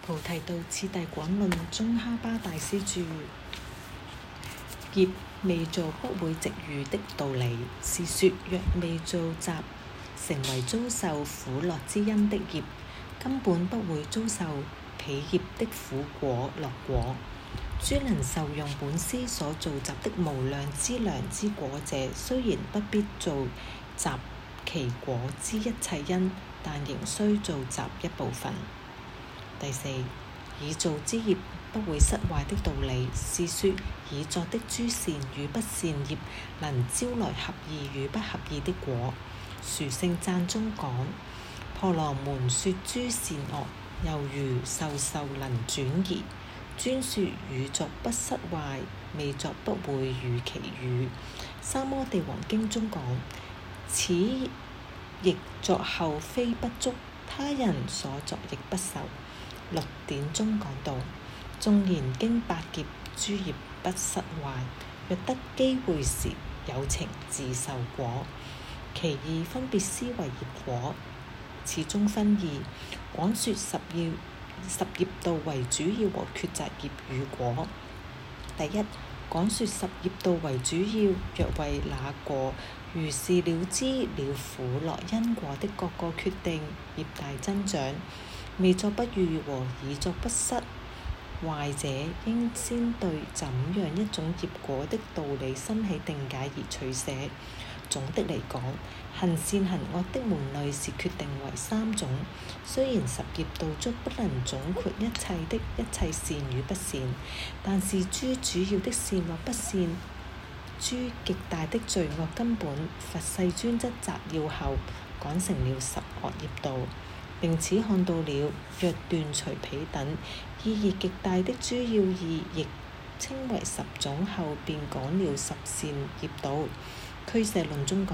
菩提道次第廣論中哈巴大師著。業未造不會值遇的道理，是說若未造集成為遭受苦樂之因的業，根本不會遭受彼業的苦果樂果。諸能受用本師所造集的無量之良之果者，雖然不必造集其果之一切因，但仍須造集一部分。第四，已造之業不會失壞的道理，是說已作的諸善與不善業能招來合意與不合意的果。殊勝讚中講：婆羅門說諸善惡，猶如授受能轉移，專說已作不失壞，未作不會與其語。三摩地王經中講：此亦作後非不足，他人所作亦不受。律典中講到：縱然經百劫，諸業不失壞，若得機會時，有情自受果。其二，分別思維業果，此中分二：廣說十業道為主要和抉擇業與果。第一，廣說十業道為主要，若為那個如是了知了苦樂因果的各個決定，業大增長，未作不遇和已作不失壞者，應先對怎樣一種業果的道理生起定解而取捨。總的嚟講，行善行惡的門類是決定為三種。雖然十業道中不能總括一切的一切善與不善，但是諸主要的善或不善，諸極大的罪惡根本，佛世尊則摘要後講成了十惡業道，並且看到了若斷除彼等意義極大的諸要義，亦稱為十種後，便講了十善業道。俱舍論中講：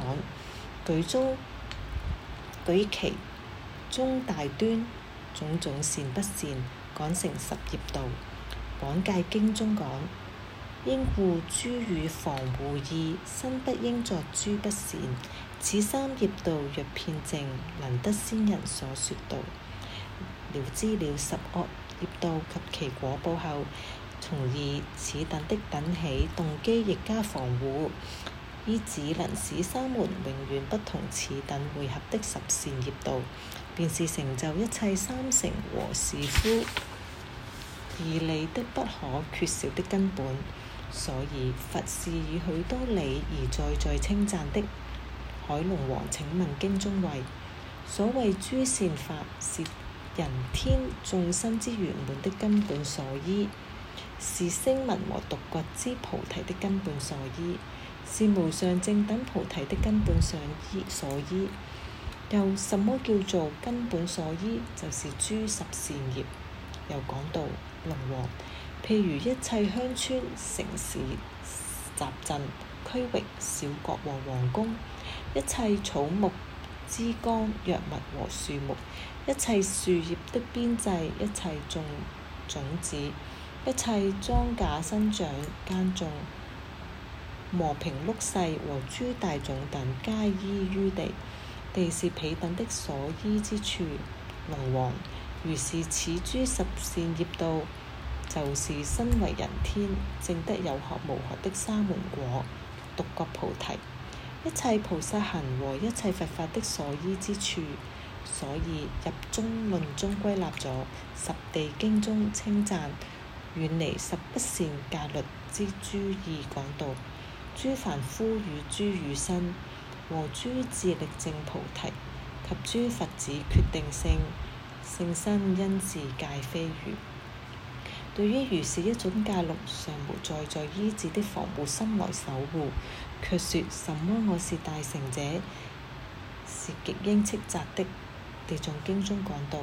舉其中大端，種種善不善，講成十業道。廣戒經中講：應護諸語防護意，身不應作諸不善。此三業道若遍淨，能得先人所說道。了知了十惡業道及其果報後，從而此等的等起動機亦加防護，依只能使三門永遠不同此等匯合的十善業道，便是成就一切三乘和士夫義理的不可缺少的根本。所以佛是以許多理而在稱讚的。海龍王請問經中謂：所謂諸善法，是人天眾生之圓滿的根本所依，是聲聞和獨覺之菩提的根本所依，是無上正等菩提的根本所依。又什麼叫做根本所依？就是諸十善業。又講到龍王，譬如一切鄉村、城市、集鎮、區域、小國和王宮，一切草木、枝幹、藥物和樹木，一切樹葉的邊際，一切種子，一切莊稼生長耕種，磨平碌細和諸大種等，皆依於地。地是彼等的所依之處。龍王，如是此諸十善業道，就是身為人天，證得有學無學的沙門果，獨覺菩提，一切菩薩行和一切佛法的所依之處。所以入中論中歸納咗十地經中稱讚遠離十不善戒律之諸義，講到諸凡夫與諸語身和諸自力證菩提及諸佛子決定性性身因自戒非餘。對於如是一種戒律尚無在依止的防護心來守護，卻說什麼我是大成者，是極應斥責的。地藏經中講到：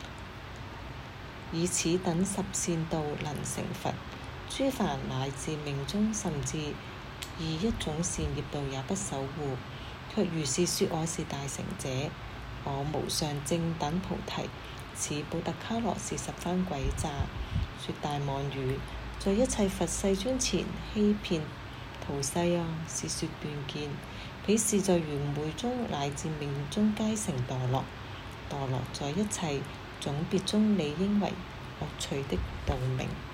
以此等十善道能成佛，諸凡乃至命中甚至以一種善業道也不守護，卻如是說我是大成者，我無上正等菩提。此補特伽羅是十番詭詐，說大妄語，在一切佛世尊前欺騙徒世啊！是說斷見，彼是在愚昧中乃至命中皆成墮落。墮落在一切種別中，理應為惡趣的道名。